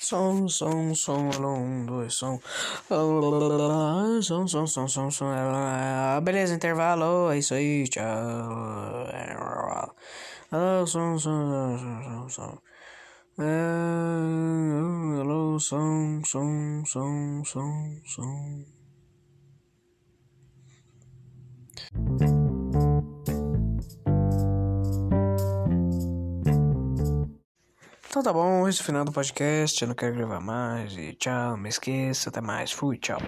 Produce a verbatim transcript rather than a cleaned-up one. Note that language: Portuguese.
Som, som, som, alô, um, dois, som. Som, som, som, som, som. Beleza, intervalo, é isso aí, tchau. Alô, som, som, som, som, som. Alô, som, som, som, som, som. Então tá bom, esse é o final do podcast. Eu não quero gravar mais. E tchau, não me esqueça. Até mais. Fui, tchau.